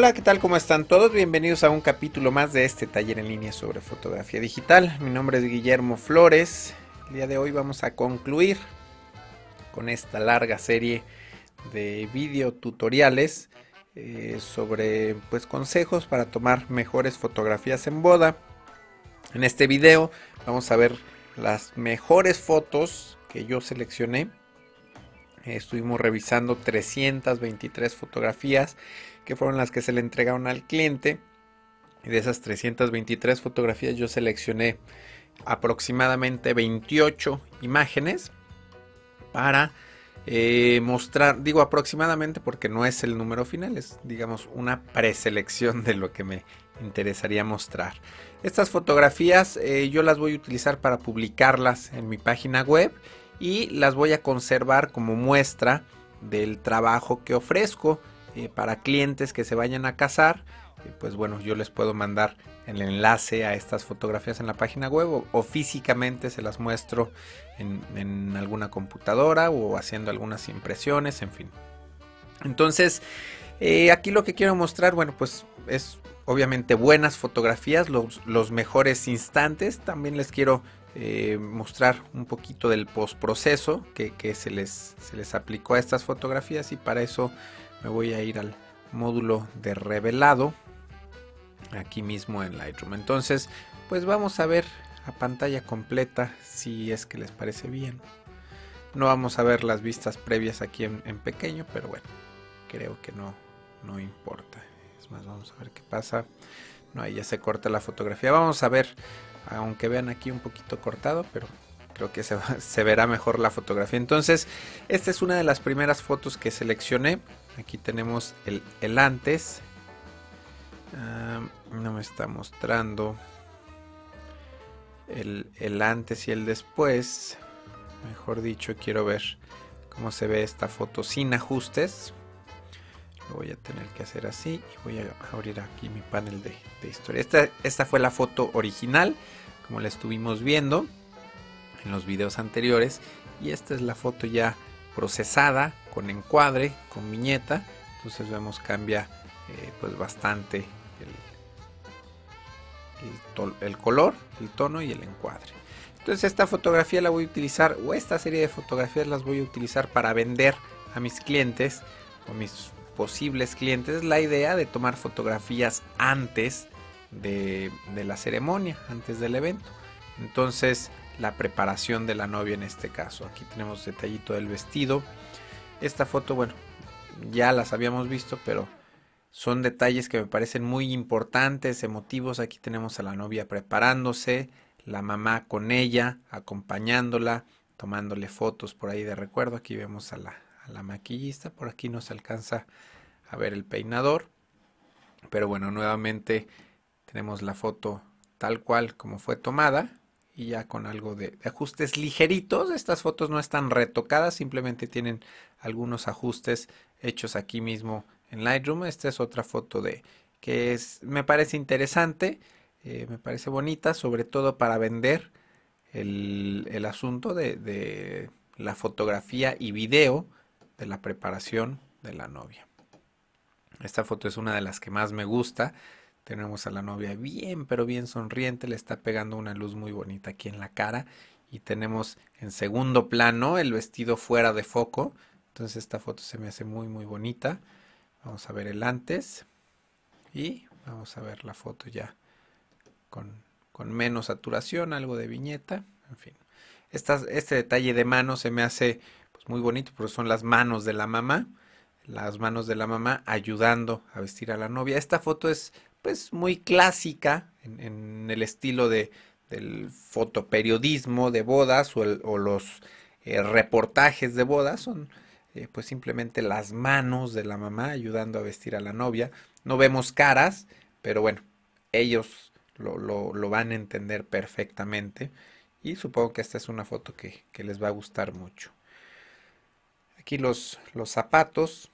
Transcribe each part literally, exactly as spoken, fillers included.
Hola, ¿qué tal? ¿Cómo están todos? Bienvenidos a un capítulo más de este taller en línea sobre fotografía digital. Mi nombre es Guillermo Flores. El día de hoy vamos a concluir con esta larga serie de video tutoriales eh, sobre pues consejos para tomar mejores fotografías en boda. En este video vamos a ver las mejores fotos que yo seleccioné. Estuvimos revisando trescientas veintitrés fotografías que fueron las que se le entregaron al cliente. Y de esas trescientas veintitrés fotografías yo seleccioné aproximadamente veintiocho imágenes para eh, mostrar, digo aproximadamente porque no es el número final, es digamos una preselección de lo que me interesaría mostrar. Estas fotografías eh, yo las voy a utilizar para publicarlas en mi página web y las voy a conservar como muestra del trabajo que ofrezco eh, para clientes que se vayan a casar. Eh, pues bueno, yo les puedo mandar el enlace a estas fotografías en la página web o, o físicamente se las muestro en, en alguna computadora o haciendo algunas impresiones, en fin. Entonces, eh, aquí lo que quiero mostrar, bueno, pues es obviamente buenas fotografías, los, los mejores instantes. También les quiero eh, mostrar un poquito del postproceso que, que se, les, se les aplicó a estas fotografías, y para eso me voy a ir al módulo de revelado aquí mismo en Lightroom. Entonces pues vamos a ver a pantalla completa si es que les parece bien. No vamos a ver las vistas previas aquí en, en pequeño, pero bueno, creo que no, no importa. Es más, vamos a ver qué pasa. No, ahí ya se corta la fotografía. Vamos a ver, aunque vean aquí un poquito cortado, pero creo que se, se verá mejor la fotografía. Entonces, esta es una de las primeras fotos que seleccioné. Aquí tenemos el, el antes. Uh, no me está mostrando el, el antes y el después. Mejor dicho, quiero ver cómo se ve esta foto sin ajustes. Lo voy a tener que hacer así y voy a abrir aquí mi panel de, de historia. Esta, esta fue la foto original, como la estuvimos viendo en los videos anteriores, y esta es la foto ya procesada con encuadre, con viñeta. Entonces vemos cambia eh, pues bastante el, el, to, el color, el tono y el encuadre. Entonces esta fotografía la voy a utilizar, o esta serie de fotografías las voy a utilizar para vender a mis clientes o mis posibles clientes. La idea de tomar fotografías antes de, de la ceremonia, antes del evento. Entonces la preparación de la novia en este caso. Aquí tenemos detallito del vestido. Esta foto, bueno, ya las habíamos visto, pero son detalles que me parecen muy importantes, emotivos. Aquí tenemos a la novia preparándose, la mamá con ella, acompañándola, tomándole fotos por ahí de recuerdo. Aquí vemos a la, a la maquillista, por aquí no se alcanza a ver el peinador. Pero bueno, nuevamente tenemos la foto tal cual como fue tomada, y ya con algo de, de ajustes ligeritos. Estas fotos no están retocadas, simplemente tienen algunos ajustes hechos aquí mismo en Lightroom. Esta es otra foto de que es, me parece interesante, eh, me parece bonita, sobre todo para vender el, el asunto de, de la fotografía y video de la preparación de la novia. Esta foto es una de las que más me gusta. Tenemos a la novia bien, pero bien sonriente, le está pegando una luz muy bonita aquí en la cara, y tenemos en segundo plano el vestido fuera de foco. Entonces esta foto se me hace muy muy bonita. Vamos a ver el antes y vamos a ver la foto ya con, con menos saturación, algo de viñeta, en fin. Estas, este detalle de mano se me hace pues muy bonito, porque son las manos de la mamá, las manos de la mamá ayudando a vestir a la novia. Esta foto es pues muy clásica en, en el estilo de, del fotoperiodismo de bodas o, el, o los eh, reportajes de bodas. Son eh, pues simplemente las manos de la mamá ayudando a vestir a la novia. No vemos caras, pero bueno, ellos lo, lo, lo van a entender perfectamente, y supongo que esta es una foto que, que les va a gustar mucho. Aquí los, los zapatos,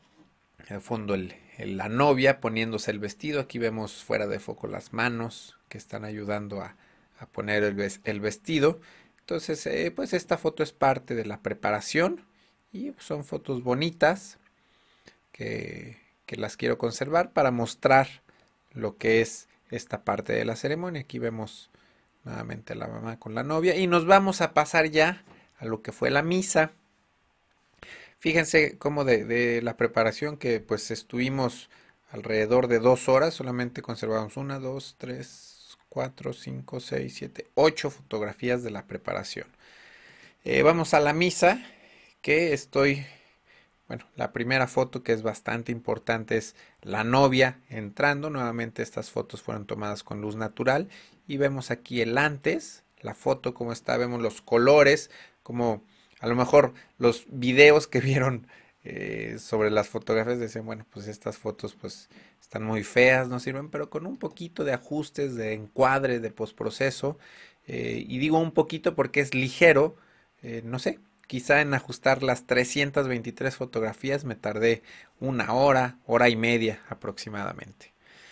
al fondo el, el, la novia poniéndose el vestido. Aquí vemos fuera de foco las manos que están ayudando a, a poner el, el vestido. Entonces eh, pues esta foto es parte de la preparación, y son fotos bonitas que, que las quiero conservar para mostrar lo que es esta parte de la ceremonia. Aquí vemos nuevamente a la mamá con la novia y nos vamos a pasar ya a lo que fue la misa. Fíjense cómo de, de la preparación que pues estuvimos alrededor de dos horas, solamente conservamos una, dos, tres, cuatro, cinco, seis, siete, ocho fotografías de la preparación. Eh, vamos a la misa, que estoy, bueno, la primera foto que es bastante importante es la novia entrando. Nuevamente estas fotos fueron tomadas con luz natural y vemos aquí el antes, la foto como está, vemos los colores, como a lo mejor los videos que vieron eh, sobre las fotografías decían, bueno, pues estas fotos pues están muy feas, no sirven, pero con un poquito de ajustes, de encuadre, de postproceso, eh, y digo un poquito porque es ligero, eh, no sé, quizá en ajustar las trescientas veintitrés fotografías me tardé una hora, hora y media aproximadamente.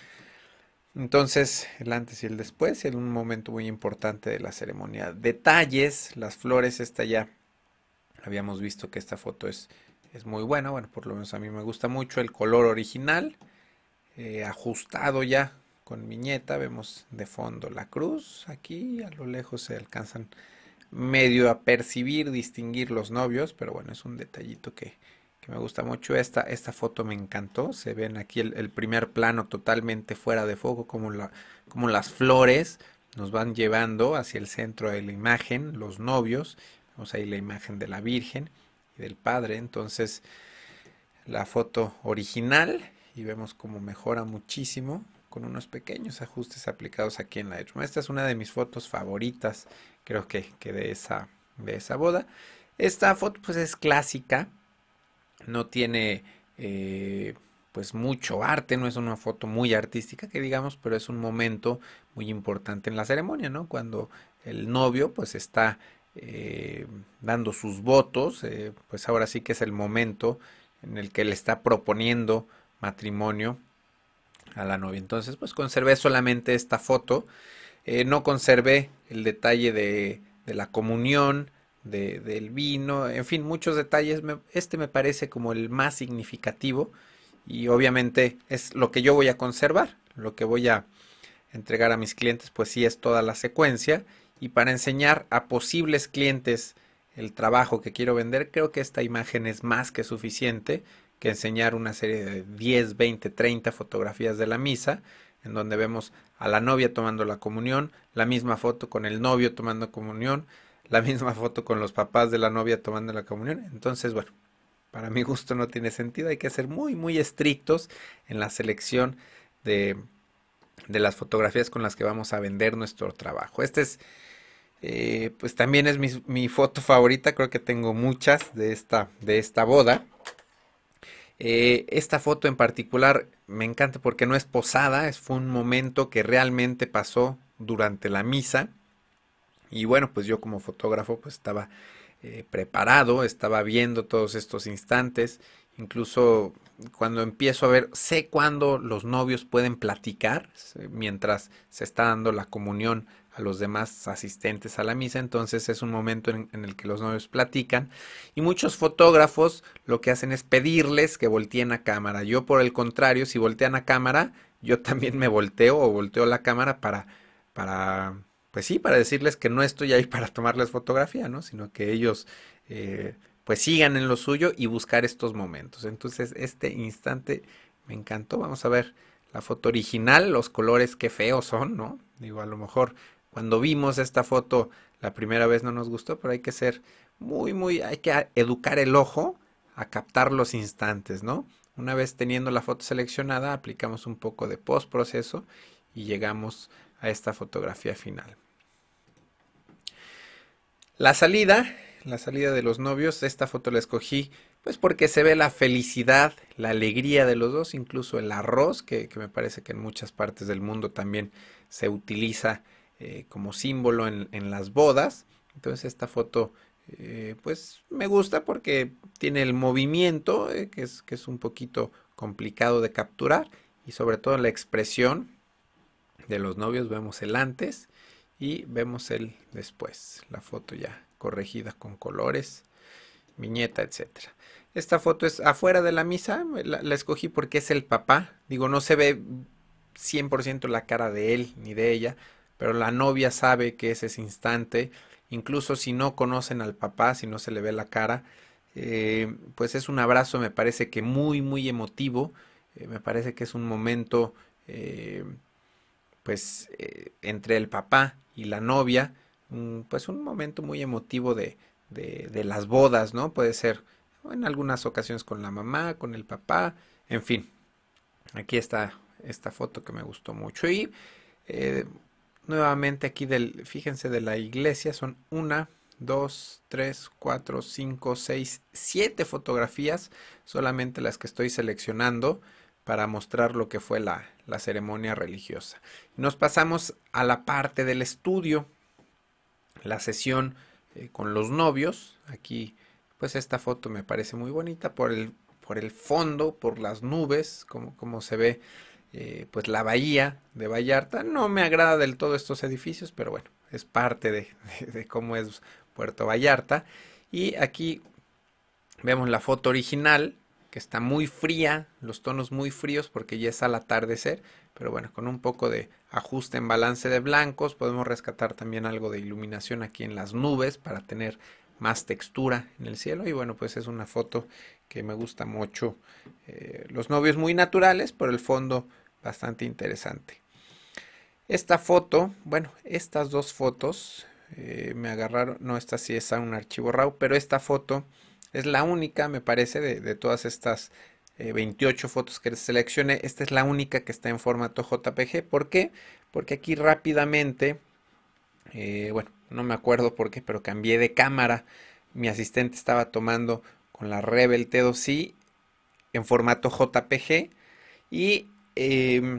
Entonces, el antes y el después, en un momento muy importante de la ceremonia. Detalles, las flores, esta ya habíamos visto que esta foto es, es muy buena, bueno, por lo menos a mí me gusta mucho el color original, eh, ajustado ya con viñeta, vemos de fondo la cruz, aquí a lo lejos se alcanzan medio a percibir, distinguir los novios, pero bueno, es un detallito que, que me gusta mucho. Esta, esta foto me encantó, se ven aquí el, el primer plano totalmente fuera de foco, como, la, como las flores nos van llevando hacia el centro de la imagen, los novios, vemos ahí la imagen de la Virgen y del Padre, entonces la foto original y vemos cómo mejora muchísimo con unos pequeños ajustes aplicados aquí en Lightroom. Esta es una de mis fotos favoritas, creo que, que de, esa, de esa boda. Esta foto pues es clásica, no tiene eh, pues mucho arte, no es una foto muy artística que digamos, pero es un momento muy importante en la ceremonia, ¿no? Cuando el novio pues está eh, dando sus votos, eh, pues ahora sí que es el momento en el que le está proponiendo matrimonio a la novia. Entonces pues conservé solamente esta foto, eh, no conservé el detalle de, de la comunión, de, del vino, en fin, muchos detalles. Me, este me parece como el más significativo y obviamente es lo que yo voy a conservar, lo que voy a entregar a mis clientes, pues sí es toda la secuencia. Y para enseñar a posibles clientes el trabajo que quiero vender, creo que esta imagen es más que suficiente que enseñar una serie de diez, veinte, treinta fotografías de la misa, en donde vemos a la novia tomando la comunión, la misma foto con el novio tomando comunión, la misma foto con los papás de la novia tomando la comunión. Entonces, bueno, para mi gusto no tiene sentido, hay que ser muy, muy estrictos en la selección de, de las fotografías con las que vamos a vender nuestro trabajo. Este es, eh, pues también es mi, mi foto favorita, creo que tengo muchas de esta, de esta boda. Eh, esta foto en particular me encanta porque no es posada, es, fue un momento que realmente pasó durante la misa. Y bueno, pues yo como fotógrafo pues estaba eh, preparado, estaba viendo todos estos instantes. Incluso cuando empiezo a ver, sé cuándo los novios pueden platicar mientras se está dando la comunión a los demás asistentes a la misa, entonces es un momento en, en el que los novios platican y muchos fotógrafos lo que hacen es pedirles que volteen a cámara. Yo por el contrario, si voltean a cámara, yo también me volteo o volteo la cámara para, para, pues sí, para decirles que no estoy ahí para tomarles fotografía, ¿no? Sino que ellos eh, pues sigan en lo suyo y buscar estos momentos. Entonces este instante me encantó. Vamos a ver la foto original, los colores qué feos son, ¿no? Digo, a lo mejor cuando vimos esta foto la primera vez no nos gustó, pero hay que ser muy, muy, hay que educar el ojo a captar los instantes, ¿no? Una vez teniendo la foto seleccionada, aplicamos un poco de postproceso y llegamos a esta fotografía final. La salida, la salida de los novios, esta foto la escogí pues porque se ve la felicidad, la alegría de los dos, incluso el arroz, que, que me parece que en muchas partes del mundo también se utiliza eh, como símbolo en, en las bodas. Entonces esta foto eh, pues me gusta porque tiene el movimiento, eh, que, es, que es un poquito complicado de capturar, y sobre todo la expresión de los novios. Vemos el antes y vemos el después, la foto ya corregida con colores viñeta, etcétera. Esta foto es afuera de la misa, la, la escogí porque es el papá. Digo, no se ve cien por ciento la cara de él ni de ella, pero la novia sabe que es ese instante. Incluso si no conocen al papá, si no se le ve la cara, eh, pues es un abrazo, me parece que muy, muy emotivo. Eh, me parece que es un momento, eh, pues, eh, entre el papá y la novia, un, pues un momento muy emotivo de, de, de las bodas, ¿no? Puede ser en algunas ocasiones con la mamá, con el papá, en fin. Aquí está esta foto que me gustó mucho. Y eh, nuevamente aquí del, fíjense, de la iglesia son una, dos, tres, cuatro, cinco, seis, siete fotografías, solamente las que estoy seleccionando para mostrar lo que fue la, la ceremonia religiosa. Nos pasamos a la parte del estudio, la sesión eh, con los novios. Aquí pues esta foto me parece muy bonita por el, por el fondo, por las nubes, como, como se ve eh, pues la bahía de Vallarta. No me agrada del todo estos edificios, pero bueno, es parte de, de, de cómo es Puerto Vallarta. Y aquí vemos la foto original, que está muy fría, los tonos muy fríos porque ya es al atardecer, pero bueno, con un poco de ajuste en balance de blancos podemos rescatar también algo de iluminación aquí en las nubes para tener más textura en el cielo. Y bueno, pues es una foto que me gusta mucho. Eh, los novios muy naturales, pero el fondo bastante interesante. Esta foto, bueno, estas dos fotos eh, me agarraron, no, esta sí es a un archivo RAW, pero esta foto es la única, me parece, de, de todas estas eh, veintiocho fotos que seleccioné. Esta es la única que está en formato J P G. ¿Por qué? Porque aquí rápidamente, eh, bueno, no me acuerdo por qué, pero cambié de cámara. Mi asistente estaba tomando con la Rebel T dos i en formato J P G y eh,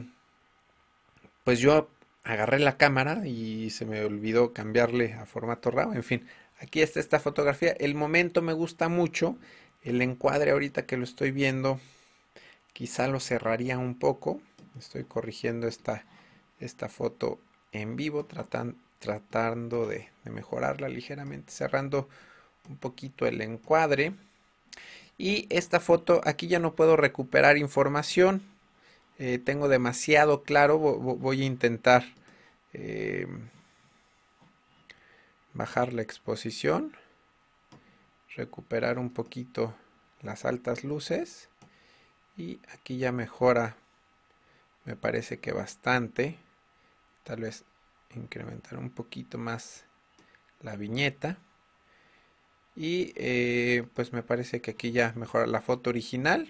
pues yo agarré la cámara y se me olvidó cambiarle a formato RAW. En fin, aquí está esta fotografía. El momento me gusta mucho. El encuadre ahorita que lo estoy viendo, quizá lo cerraría un poco. Estoy corrigiendo esta, esta foto en vivo, tratan, tratando de, de mejorarla ligeramente, cerrando un poquito el encuadre. Y esta foto, aquí ya no puedo recuperar información. Eh, tengo demasiado claro, voy a intentar eh, bajar la exposición, recuperar un poquito las altas luces y aquí ya mejora, me parece que bastante. Tal vez incrementar un poquito más la viñeta y eh, pues me parece que aquí ya mejora la foto original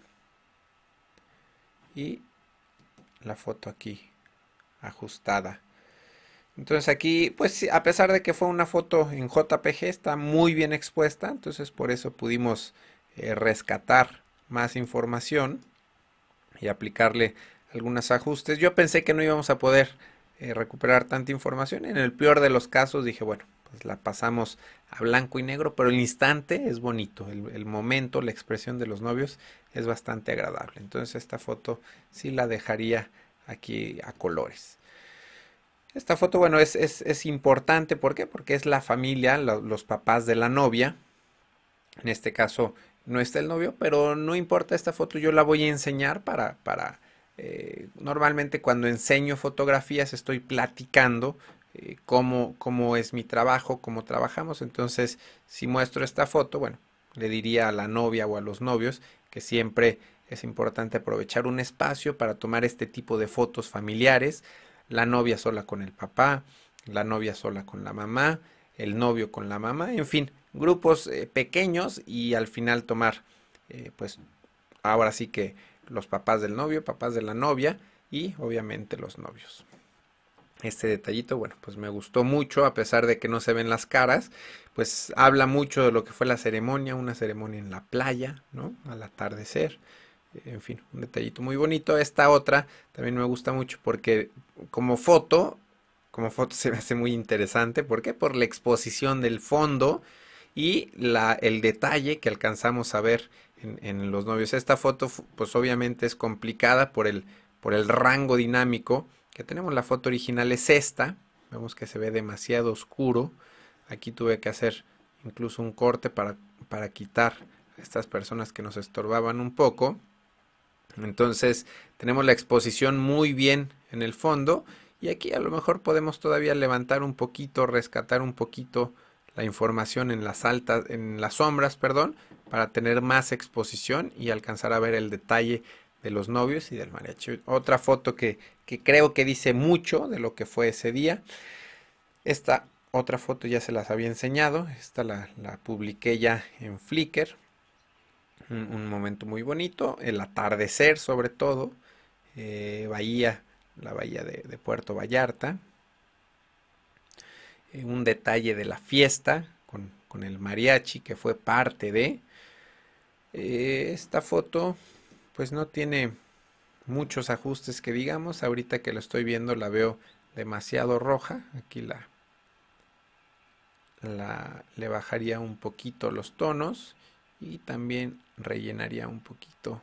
y la foto aquí ajustada. Entonces aquí, pues a pesar de que fue una foto en J P G, está muy bien expuesta, entonces por eso pudimos eh, rescatar más información y aplicarle algunos ajustes. Yo pensé que no íbamos a poder eh, recuperar tanta información. En el peor de los casos dije, bueno, pues la pasamos a blanco y negro, pero el instante es bonito, el, el momento, la expresión de los novios es bastante agradable. Entonces esta foto sí la dejaría aquí a colores. Esta foto, bueno, es, es, es importante, ¿por qué? Porque es la familia, lo, los papás de la novia. En este caso no está el novio, pero no importa esta foto, yo la voy a enseñar para... para eh, normalmente cuando enseño fotografías estoy platicando eh, cómo, cómo es mi trabajo, cómo trabajamos. Entonces, si muestro esta foto, bueno, le diría a la novia o a los novios que siempre es importante aprovechar un espacio para tomar este tipo de fotos familiares. La novia sola con el papá, la novia sola con la mamá, el novio con la mamá, en fin, grupos eh, pequeños y al final tomar, eh, pues ahora sí que los papás del novio, papás de la novia y obviamente los novios. Este detallito, bueno, pues me gustó mucho, a pesar de que no se ven las caras, pues habla mucho de lo que fue la ceremonia, una ceremonia en la playa, ¿no? Al atardecer. En fin, un detallito muy bonito. Esta otra también me gusta mucho porque como foto, como foto se me hace muy interesante. ¿Por qué? Por la exposición del fondo y la, el detalle que alcanzamos a ver en, en los novios. Esta foto, pues obviamente es complicada por el, por el rango dinámico que tenemos. La foto original es esta. Vemos que se ve demasiado oscuro. Aquí tuve que hacer incluso un corte para para quitar a estas personas que nos estorbaban un poco. Entonces tenemos la exposición muy bien en el fondo y aquí a lo mejor podemos todavía levantar un poquito, rescatar un poquito la información en las altas, en las sombras, perdón, para tener más exposición y alcanzar a ver el detalle de los novios y del mariachi. Otra foto que, que creo que dice mucho de lo que fue ese día. Esta otra foto ya se las había enseñado, esta la, la publiqué ya en Flickr. Un, un momento muy bonito, el atardecer sobre todo, eh, bahía, la bahía de, de Puerto Vallarta, eh, un detalle de la fiesta con, con el mariachi que fue parte de, eh, esta foto pues no tiene muchos ajustes que digamos, ahorita que lo estoy viendo la veo demasiado roja, aquí la, la le bajaría un poquito los tonos y también rellenaría un poquito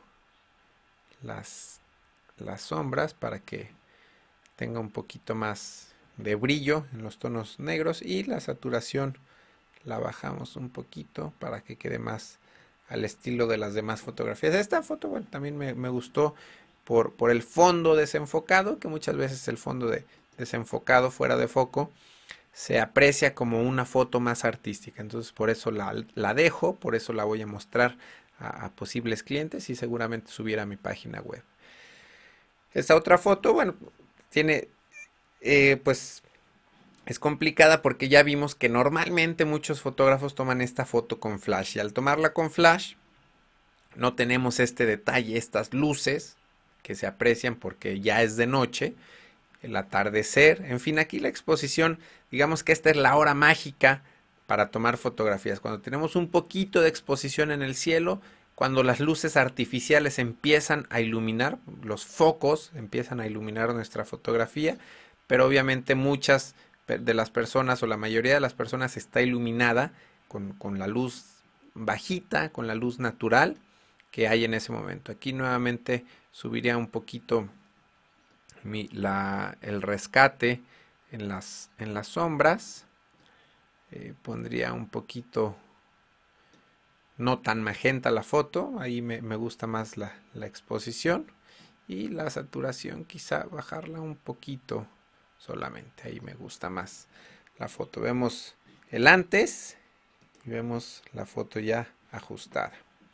las, las sombras para que tenga un poquito más de brillo en los tonos negros y la saturación la bajamos un poquito para que quede más al estilo de las demás fotografías. Esta foto bueno, también me, me gustó por, por el fondo desenfocado, que muchas veces el fondo de, desenfocado fuera de foco se aprecia como una foto más artística, entonces por eso la, la dejo, por eso la voy a mostrar a, a posibles clientes y seguramente subir a mi página web. Esta otra foto, bueno, tiene, eh, pues, es complicada porque ya vimos que normalmente muchos fotógrafos toman esta foto con flash y al tomarla con flash no tenemos este detalle, estas luces que se aprecian porque ya es de noche, el atardecer, en fin, aquí la exposición, digamos que esta es la hora mágica para tomar fotografías, cuando tenemos un poquito de exposición en el cielo, cuando las luces artificiales empiezan a iluminar, los focos empiezan a iluminar nuestra fotografía, pero obviamente muchas de las personas o la mayoría de las personas está iluminada con, con la luz bajita, con la luz natural que hay en ese momento. Aquí nuevamente subiría un poquito Mi, la, el rescate en las, en las sombras, eh, pondría un poquito no tan magenta la foto, ahí me, me gusta más la, la exposición y la saturación quizá bajarla un poquito solamente, ahí me gusta más la foto. Vemos el antes y vemos la foto ya ajustada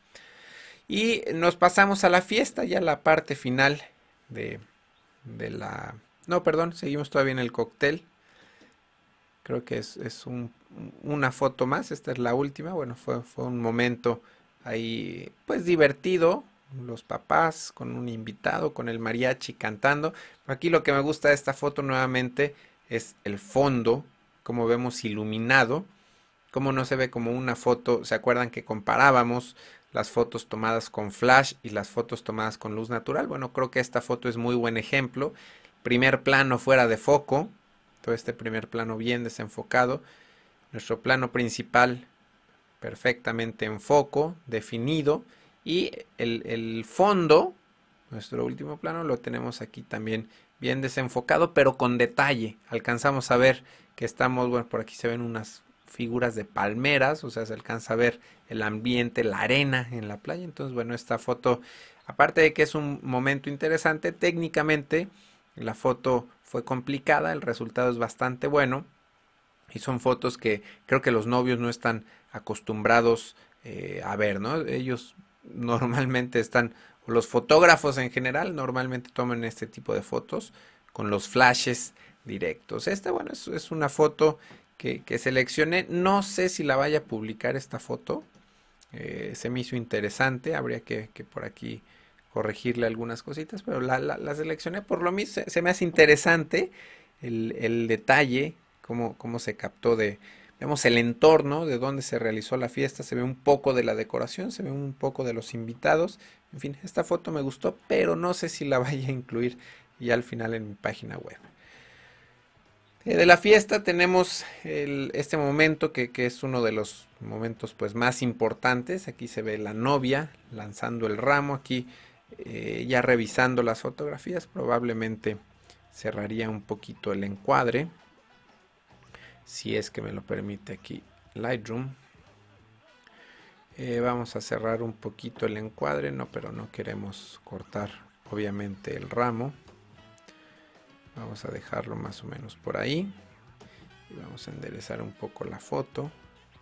y nos pasamos a la fiesta, ya la parte final de de la... No, perdón, seguimos todavía en el cóctel. Creo que es, es un, una foto más, esta es la última. Bueno, fue, fue un momento ahí pues divertido, los papás con un invitado, con el mariachi cantando. Aquí lo que me gusta de esta foto nuevamente es el fondo, como vemos iluminado, como no se ve como una foto. ¿Se acuerdan que comparábamos las fotos tomadas con flash y las fotos tomadas con luz natural? Bueno, creo que esta foto es muy buen ejemplo. Primer plano fuera de foco, todo este primer plano bien desenfocado. Nuestro plano principal perfectamente en foco, definido. Y el, el fondo, nuestro último plano, lo tenemos aquí también bien desenfocado, pero con detalle. Alcanzamos a ver que estamos, bueno, por aquí se ven unas figuras de palmeras, o sea, se alcanza a ver el ambiente, la arena en la playa. Entonces, bueno, esta foto, aparte de que es un momento interesante, técnicamente la foto fue complicada, el resultado es bastante bueno y son fotos que creo que los novios no están acostumbrados eh, a ver, ¿no? Ellos normalmente están, o los fotógrafos en general, normalmente toman este tipo de fotos con los flashes directos. Esta, bueno, es, es una foto Que, que seleccioné, no sé si la vaya a publicar esta foto, eh, se me hizo interesante, habría que, que por aquí corregirle algunas cositas, pero la, la, la seleccioné por lo mismo, se, se me hace interesante el, el detalle, cómo, cómo se captó de, vemos el entorno de donde se realizó la fiesta, se ve un poco de la decoración, se ve un poco de los invitados, en fin, esta foto me gustó, pero no sé si la vaya a incluir ya al final en mi página web. De la fiesta tenemos el, este momento que, que es uno de los momentos pues más importantes. Aquí se ve la novia lanzando el ramo. Aquí eh, ya revisando las fotografías probablemente cerraría un poquito el encuadre, si es que me lo permite aquí Lightroom. Eh, vamos a cerrar un poquito el encuadre, no, pero no queremos cortar obviamente el ramo. Vamos a dejarlo más o menos por ahí. Y vamos a enderezar un poco la foto.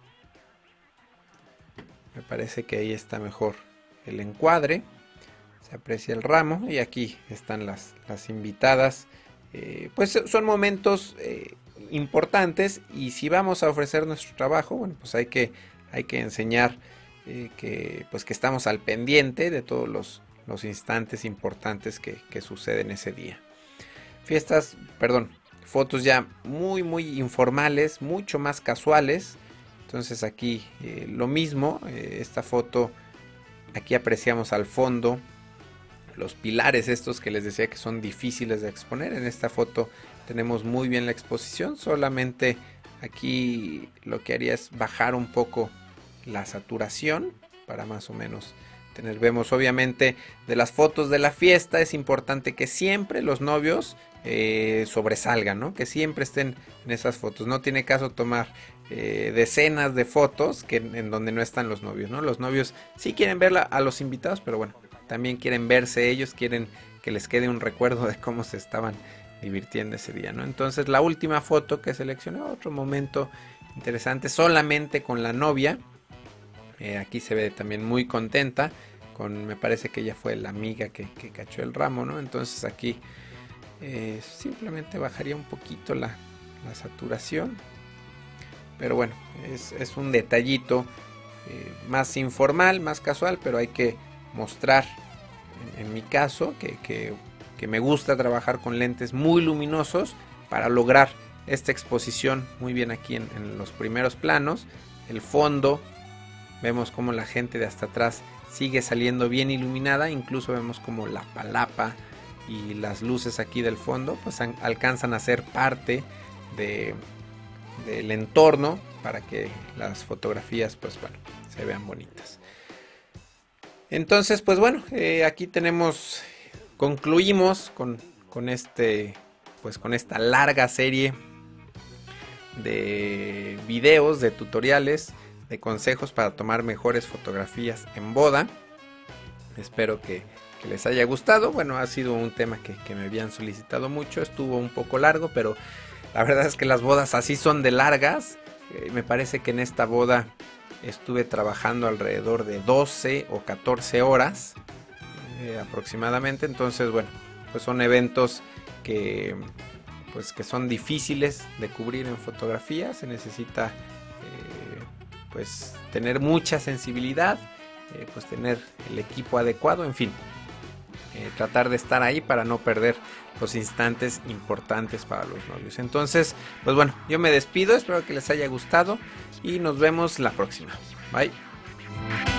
Me parece que ahí está mejor el encuadre. Se aprecia el ramo y aquí están las, las invitadas. Eh, pues son momentos eh, importantes, y si vamos a ofrecer nuestro trabajo, bueno, pues hay que, hay que enseñar eh, que, pues que estamos al pendiente de todos los, los instantes importantes que, que suceden ese día. Fiestas, perdón, fotos ya muy muy informales, mucho más casuales. Entonces aquí eh, lo mismo, eh, esta foto, aquí apreciamos al fondo los pilares estos que les decía que son difíciles de exponer. En esta foto tenemos muy bien la exposición, solamente aquí lo que haría es bajar un poco la saturación para más o menos tener, vemos obviamente de las fotos de la fiesta, es importante que siempre los novios eh, sobresalgan, ¿no? Que siempre estén en esas fotos. No tiene caso tomar eh, decenas de fotos que, en donde no están los novios, ¿no? Los novios sí quieren ver a los invitados, pero bueno, también quieren verse ellos, quieren que les quede un recuerdo de cómo se estaban divirtiendo ese día, ¿no? Entonces la última foto que seleccioné, otro momento interesante, solamente con la novia. Eh, aquí se ve también muy contenta, con, me parece que ella fue la amiga que, que cachó el ramo, ¿no? Entonces aquí eh, simplemente bajaría un poquito la, la saturación. Pero bueno, es, es un detallito eh, más informal, más casual, pero hay que mostrar, en, en mi caso, que, que, que me gusta trabajar con lentes muy luminosos para lograr esta exposición muy bien aquí en, en los primeros planos. El fondo, vemos como la gente de hasta atrás sigue saliendo bien iluminada, incluso vemos como la palapa y las luces aquí del fondo pues an, alcanzan a ser parte de, del entorno para que las fotografías pues bueno, se vean bonitas. Entonces, pues bueno, eh, aquí tenemos, concluimos con, con este, pues con esta larga serie de videos, de tutoriales, de consejos para tomar mejores fotografías en boda. Espero que, que les haya gustado. Bueno, ha sido un tema que, que me habían solicitado mucho, estuvo un poco largo, pero la verdad es que las bodas así son de largas. Eh, me parece que en esta boda estuve trabajando alrededor de doce o catorce horas eh, aproximadamente. Entonces, bueno, pues son eventos que, pues que son difíciles de cubrir en fotografía. Se necesita eh, pues tener mucha sensibilidad, eh, pues tener el equipo adecuado, en fin, eh, tratar de estar ahí para no perder los instantes importantes para los novios. Entonces, pues bueno, yo me despido, espero que les haya gustado y nos vemos la próxima. Bye.